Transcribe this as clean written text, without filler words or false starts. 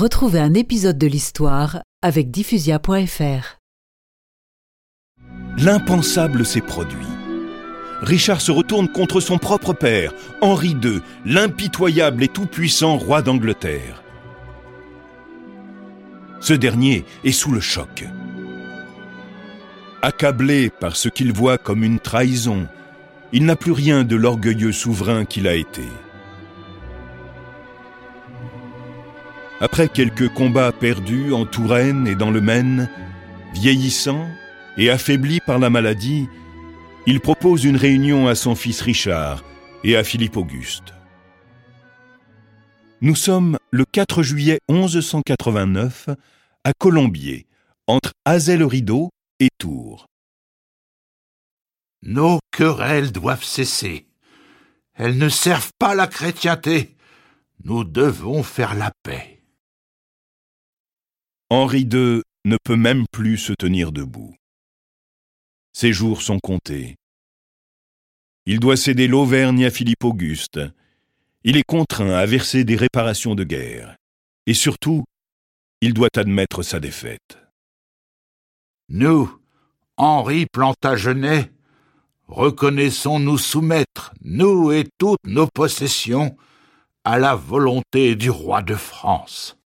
Retrouvez un épisode de l'histoire avec diffusia.fr. L'impensable s'est produit. Richard se retourne contre son propre père, Henri II, l'impitoyable et tout-puissant roi d'Angleterre. Ce dernier est sous le choc. Accablé par ce qu'il voit comme une trahison, il n'a plus rien de l'orgueilleux souverain qu'il a été. Après quelques combats perdus en Touraine et dans le Maine, vieillissant et affaibli par la maladie, il propose une réunion à son fils Richard et à Philippe Auguste. Nous sommes le 4 juillet 1189 à Colombier, entre Azay-le-Rideau et Tours. Nos querelles doivent cesser. Elles ne servent pas la chrétienté. Nous devons faire la paix. Henri II ne peut même plus se tenir debout. Ses jours sont comptés. Il doit céder l'Auvergne à Philippe Auguste. Il est contraint à verser des réparations de guerre. Et surtout, il doit admettre sa défaite. Nous, Henri Plantagenet, reconnaissons nous soumettre, nous et toutes nos possessions, à la volonté du roi de France.